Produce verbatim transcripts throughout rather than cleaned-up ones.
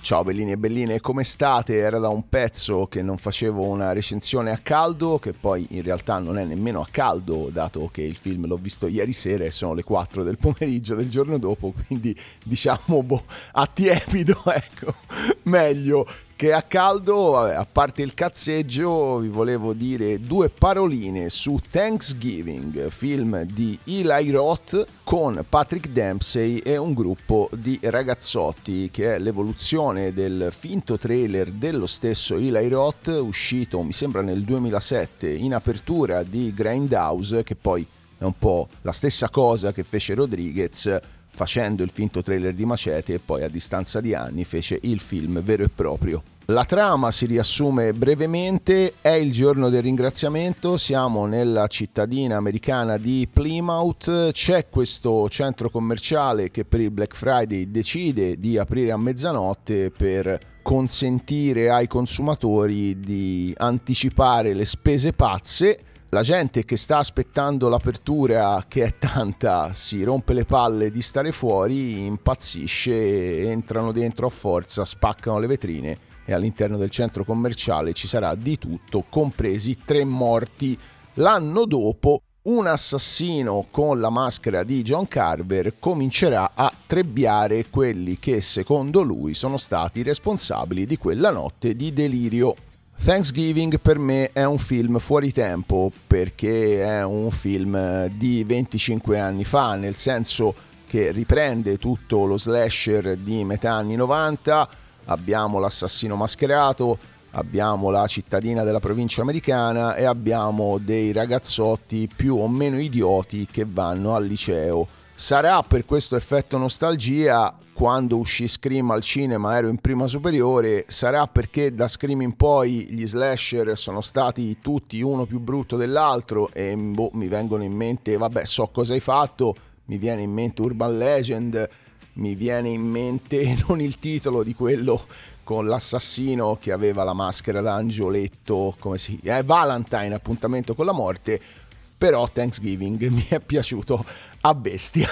Ciao bellini e belline, come state? Era da un pezzo che non facevo una recensione a caldo, che poi in realtà non è nemmeno a caldo, dato che il film l'ho visto ieri sera e sono le quattro del pomeriggio del giorno dopo, quindi diciamo boh, a tiepido, ecco, meglio che a caldo. Vabbè, a parte il cazzeggio, vi volevo dire due paroline su Thanksgiving, film di Eli Roth con Patrick Dempsey e un gruppo di ragazzotti, che è l'evoluzione del finto trailer dello stesso Eli Roth, uscito mi sembra nel duemilasette in apertura di Grindhouse, che poi è un po' la stessa cosa che fece Rodriguez facendo il finto trailer di Macete, e poi a distanza di anni fece il film vero e proprio. La trama si riassume brevemente: è il giorno del ringraziamento, siamo nella cittadina americana di Plymouth, c'è questo centro commerciale che per il Black Friday decide di aprire a mezzanotte per consentire ai consumatori di anticipare le spese pazze. La gente che sta aspettando l'apertura, che è tanta, si rompe le palle di stare fuori, impazzisce, entrano dentro a forza, spaccano le vetrine e all'interno del centro commerciale ci sarà di tutto, compresi tre morti. L'anno dopo un assassino con la maschera di John Carver comincerà a trebbiare quelli che secondo lui sono stati responsabili di quella notte di delirio. Thanksgiving per me è un film fuori tempo, perché è un film di venticinque anni fa, nel senso che riprende tutto lo slasher di metà anni novanta. Abbiamo l'assassino mascherato, abbiamo la cittadina della provincia americana e abbiamo dei ragazzotti più o meno idioti che vanno al liceo. Sarà per questo effetto nostalgia. Quando uscì Scream al cinema ero in prima superiore, sarà perché da Scream in poi gli slasher sono stati tutti uno più brutto dell'altro e boh, mi vengono in mente, vabbè, So cosa hai fatto, mi viene in mente Urban Legend, mi viene in mente non il titolo di quello con l'assassino che aveva la maschera da angioletto, come si chiama? Eh, Valentine, appuntamento con la morte. Però Thanksgiving mi è piaciuto a bestia,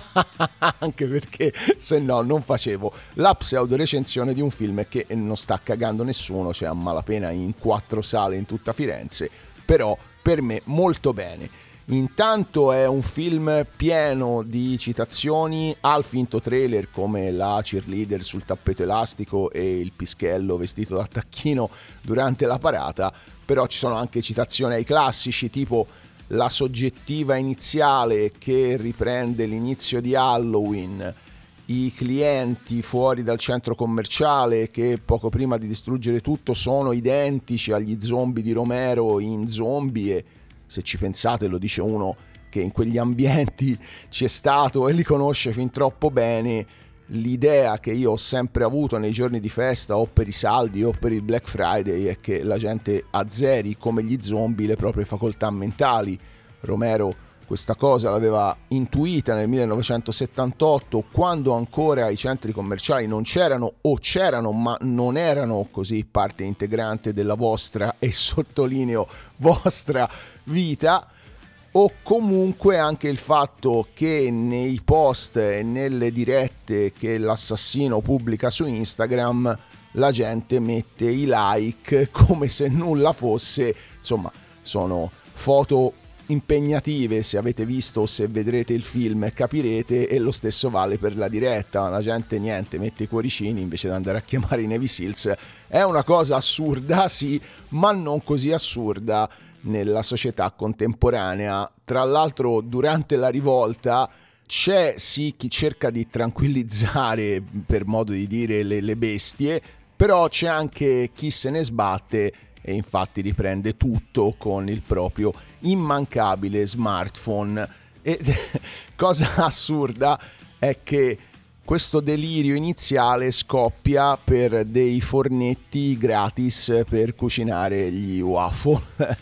anche perché se no non facevo la pseudo recensione di un film che non sta cagando nessuno, cioè a malapena in quattro sale in tutta Firenze, però per me molto bene. Intanto è un film pieno di citazioni al finto trailer, come la cheerleader sul tappeto elastico e il pischello vestito da tacchino durante la parata, però ci sono anche citazioni ai classici, tipo la soggettiva iniziale che riprende l'inizio di Halloween, i clienti fuori dal centro commerciale che poco prima di distruggere tutto sono identici agli zombie di Romero in Zombie, e se ci pensate lo dice uno che in quegli ambienti ci è stato e li conosce fin troppo bene. L'idea che io ho sempre avuto nei giorni di festa o per i saldi o per il Black Friday è che la gente azzeri come gli zombie le proprie facoltà mentali. Romero questa cosa l'aveva intuita nel millenovecentosettantotto, quando ancora i centri commerciali non c'erano, o c'erano ma non erano così parte integrante della vostra, e sottolineo vostra, vita. O comunque anche il fatto che nei post e nelle dirette che l'assassino pubblica su Instagram la gente mette i like come se nulla fosse. Insomma, sono foto impegnative, se avete visto o se vedrete il film capirete, e lo stesso vale per la diretta. La gente niente, mette i cuoricini invece di andare a chiamare i Navy Seals. È una cosa assurda, sì, ma non così assurda nella società contemporanea. Tra l'altro durante la rivolta c'è sì chi cerca di tranquillizzare, per modo di dire, le, le bestie, però c'è anche chi se ne sbatte e infatti riprende tutto con il proprio immancabile smartphone. E cosa assurda è che questo delirio iniziale scoppia per dei fornetti gratis per cucinare gli waffle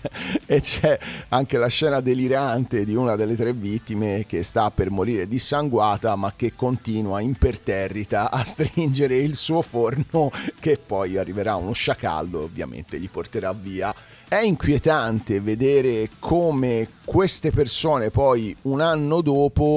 e c'è anche la scena delirante di una delle tre vittime che sta per morire dissanguata, ma che continua imperterrita a stringere il suo forno, che poi arriverà uno sciacallo e ovviamente gli porterà via. È inquietante vedere come queste persone poi un anno dopo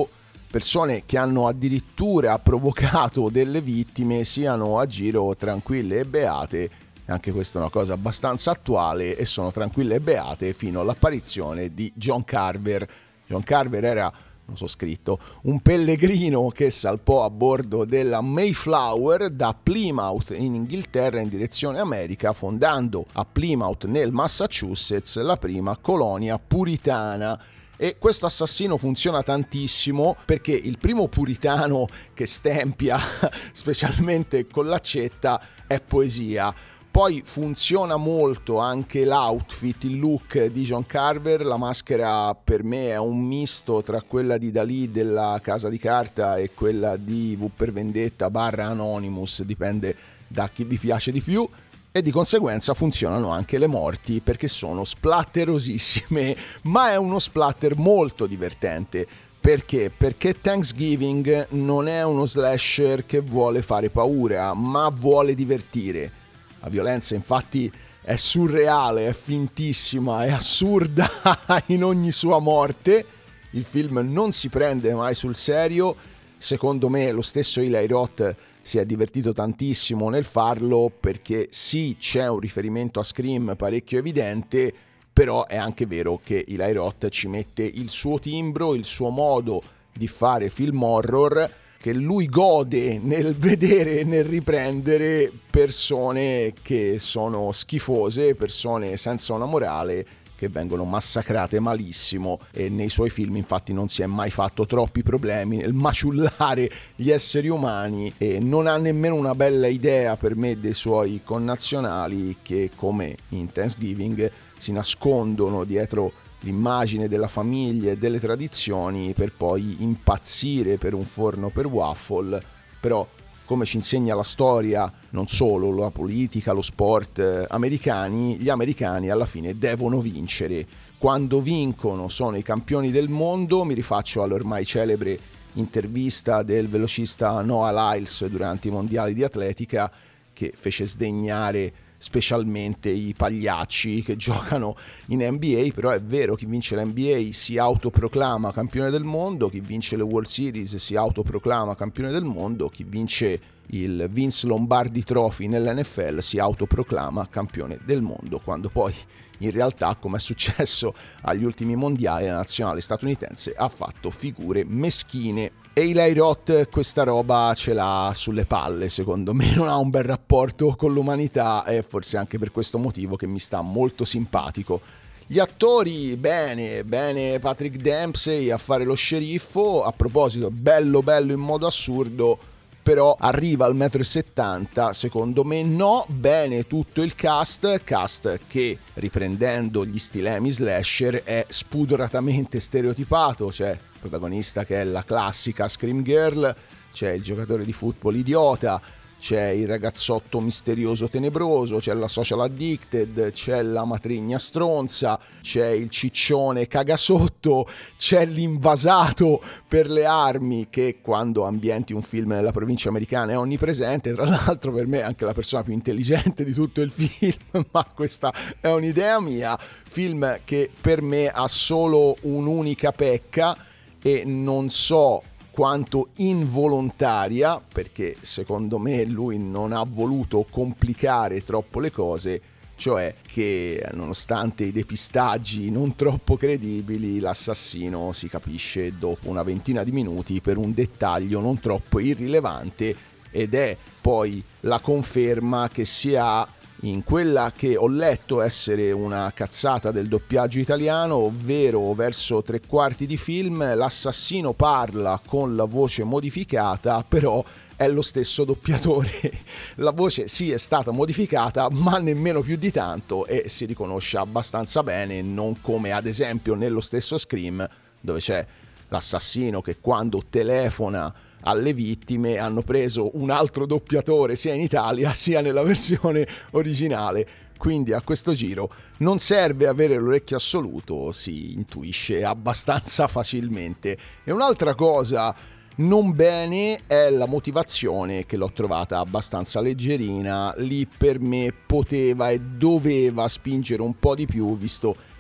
persone che hanno addirittura provocato delle vittime siano a giro tranquille e beate. Anche questa è una cosa abbastanza attuale, e sono tranquille e beate fino all'apparizione di John Carver. John Carver era, non so scritto, un pellegrino che salpò a bordo della Mayflower da Plymouth in Inghilterra in direzione America, fondando a Plymouth nel Massachusetts la prima colonia puritana. E questo assassino funziona tantissimo perché il primo puritano che stempia, specialmente con l'accetta, è poesia. Poi funziona molto anche l'outfit, il look di John Carver. La maschera per me è un misto tra quella di Dalì della Casa di Carta e quella di V per Vendetta barra Anonymous, dipende da chi vi piace di più. E di conseguenza funzionano anche le morti perché sono splatterosissime, ma è uno splatter molto divertente. Perché? Perché Thanksgiving non è uno slasher che vuole fare paura, ma vuole divertire. La violenza infatti è surreale, è fintissima, è assurda in ogni sua morte. Il film non si prende mai sul serio. Secondo me lo stesso Eli Roth si è divertito tantissimo nel farlo, perché sì, c'è un riferimento a Scream parecchio evidente, però è anche vero che Eli Roth ci mette il suo timbro, il suo modo di fare film horror, che lui gode nel vedere e nel riprendere persone che sono schifose, persone senza una morale, che vengono massacrate malissimo, e nei suoi film infatti non si è mai fatto troppi problemi nel maciullare gli esseri umani, e non ha nemmeno una bella idea per me dei suoi connazionali che, come in Thanksgiving, si nascondono dietro l'immagine della famiglia e delle tradizioni per poi impazzire per un forno per waffle. Però, come ci insegna la storia, non solo la politica, lo sport eh, americani, gli americani alla fine devono vincere. Quando vincono sono i campioni del mondo. Mi rifaccio all'ormai celebre intervista del velocista Noah Lyles durante i mondiali di atletica, che fece sdegnare specialmente i pagliacci che giocano in N B A. Però è vero, chi vince l'N B A si autoproclama campione del mondo, chi vince le World Series si autoproclama campione del mondo, chi vince il Vince Lombardi Trophy nell'N F L si autoproclama campione del mondo, quando poi in realtà, come è successo agli ultimi mondiali, la nazionale statunitense ha fatto figure meschine. E Eli Roth questa roba ce l'ha sulle palle, secondo me non ha un bel rapporto con l'umanità, e forse anche per questo motivo che mi sta molto simpatico. Gli attori, bene, bene Patrick Dempsey a fare lo sceriffo. A proposito, bello bello in modo assurdo, però arriva al metro e settanta, secondo me no. Bene tutto il cast, cast che, riprendendo gli stilemi slasher, è spudoratamente stereotipato. C'è il protagonista che è la classica Scream Girl, c'è il giocatore di football idiota, c'è il ragazzotto misterioso tenebroso, c'è la social addicted, c'è la matrigna stronza, c'è il ciccione cagasotto, c'è l'invasato per le armi che, quando ambienti un film nella provincia americana, è onnipresente. Tra l'altro per me è anche la persona più intelligente di tutto il film, ma questa è un'idea mia. Film che per me ha solo un'unica pecca, e non so quanto involontaria, perché secondo me lui non ha voluto complicare troppo le cose, cioè che nonostante i depistaggi non troppo credibili, l'assassino si capisce dopo una ventina di minuti per un dettaglio non troppo irrilevante, ed è poi la conferma che si ha in quella che ho letto essere una cazzata del doppiaggio italiano, ovvero verso tre quarti di film l'assassino parla con la voce modificata, però è lo stesso doppiatore. La voce sì è stata modificata, ma nemmeno più di tanto, e si riconosce abbastanza bene, non come ad esempio nello stesso Scream, dove c'è l'assassino che, quando telefona alle vittime, hanno preso un altro doppiatore sia in Italia sia nella versione originale. Quindi a questo giro non serve avere l'orecchio assoluto, si intuisce abbastanza facilmente. E un'altra cosa non bene è la motivazione, che l'ho trovata abbastanza leggerina. Lì per me poteva e doveva spingere un po' di più, visto che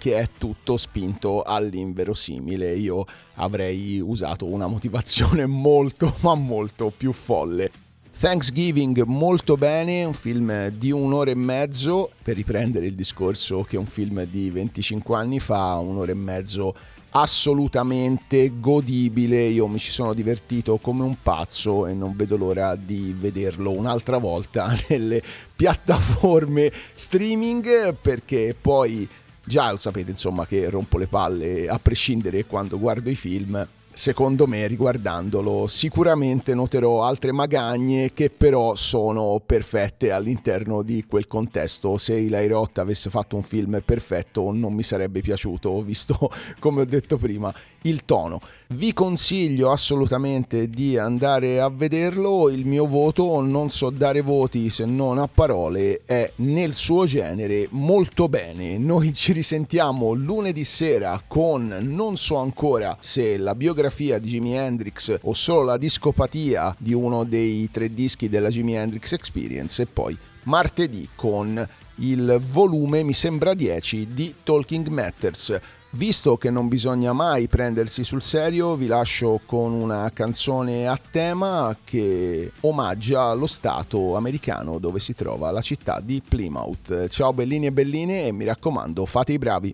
che è tutto spinto all'inverosimile. Io avrei usato una motivazione molto ma molto più folle. Thanksgiving molto bene, un film di un'ora e mezzo, per riprendere il discorso che un film di venticinque anni fa, un'ora e mezzo assolutamente godibile. Io mi ci sono divertito come un pazzo e non vedo l'ora di vederlo un'altra volta nelle piattaforme streaming, perché poi già lo sapete insomma che rompo le palle a prescindere quando guardo i film. Secondo me, riguardandolo, sicuramente noterò altre magagne che però sono perfette all'interno di quel contesto. Se Eli Roth avesse fatto un film perfetto non mi sarebbe piaciuto, visto, come ho detto prima, il tono. Vi consiglio assolutamente di andare a vederlo. Il mio voto, non so dare voti se non a parole, è nel suo genere molto bene. Noi ci risentiamo lunedì sera con non so ancora se la biografia di Jimi Hendrix o solo la discopatia di uno dei tre dischi della Jimi Hendrix Experience, e poi martedì con il volume, mi sembra dieci, di Talking Matters. Visto che non bisogna mai prendersi sul serio, vi lascio con una canzone a tema che omaggia lo stato americano dove si trova la città di Plymouth. Ciao bellini e belline, e mi raccomando, fate i bravi.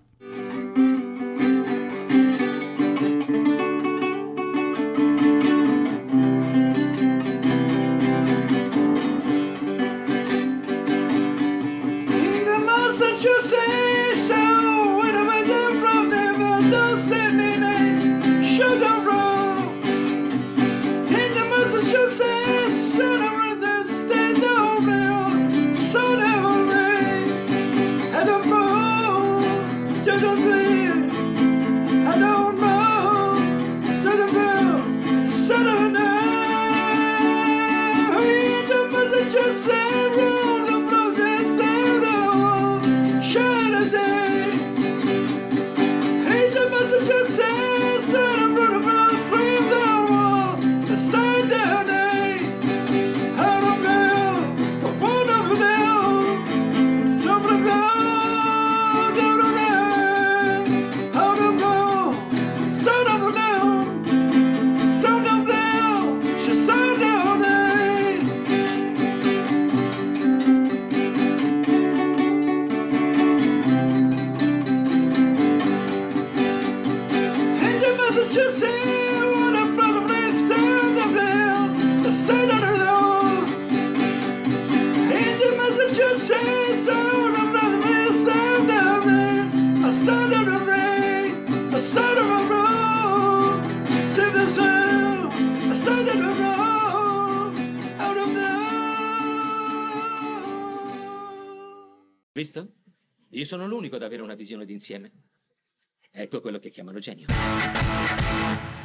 Visto? Io sono l'unico ad avere una visione d'insieme. Ecco quello che chiamano genio.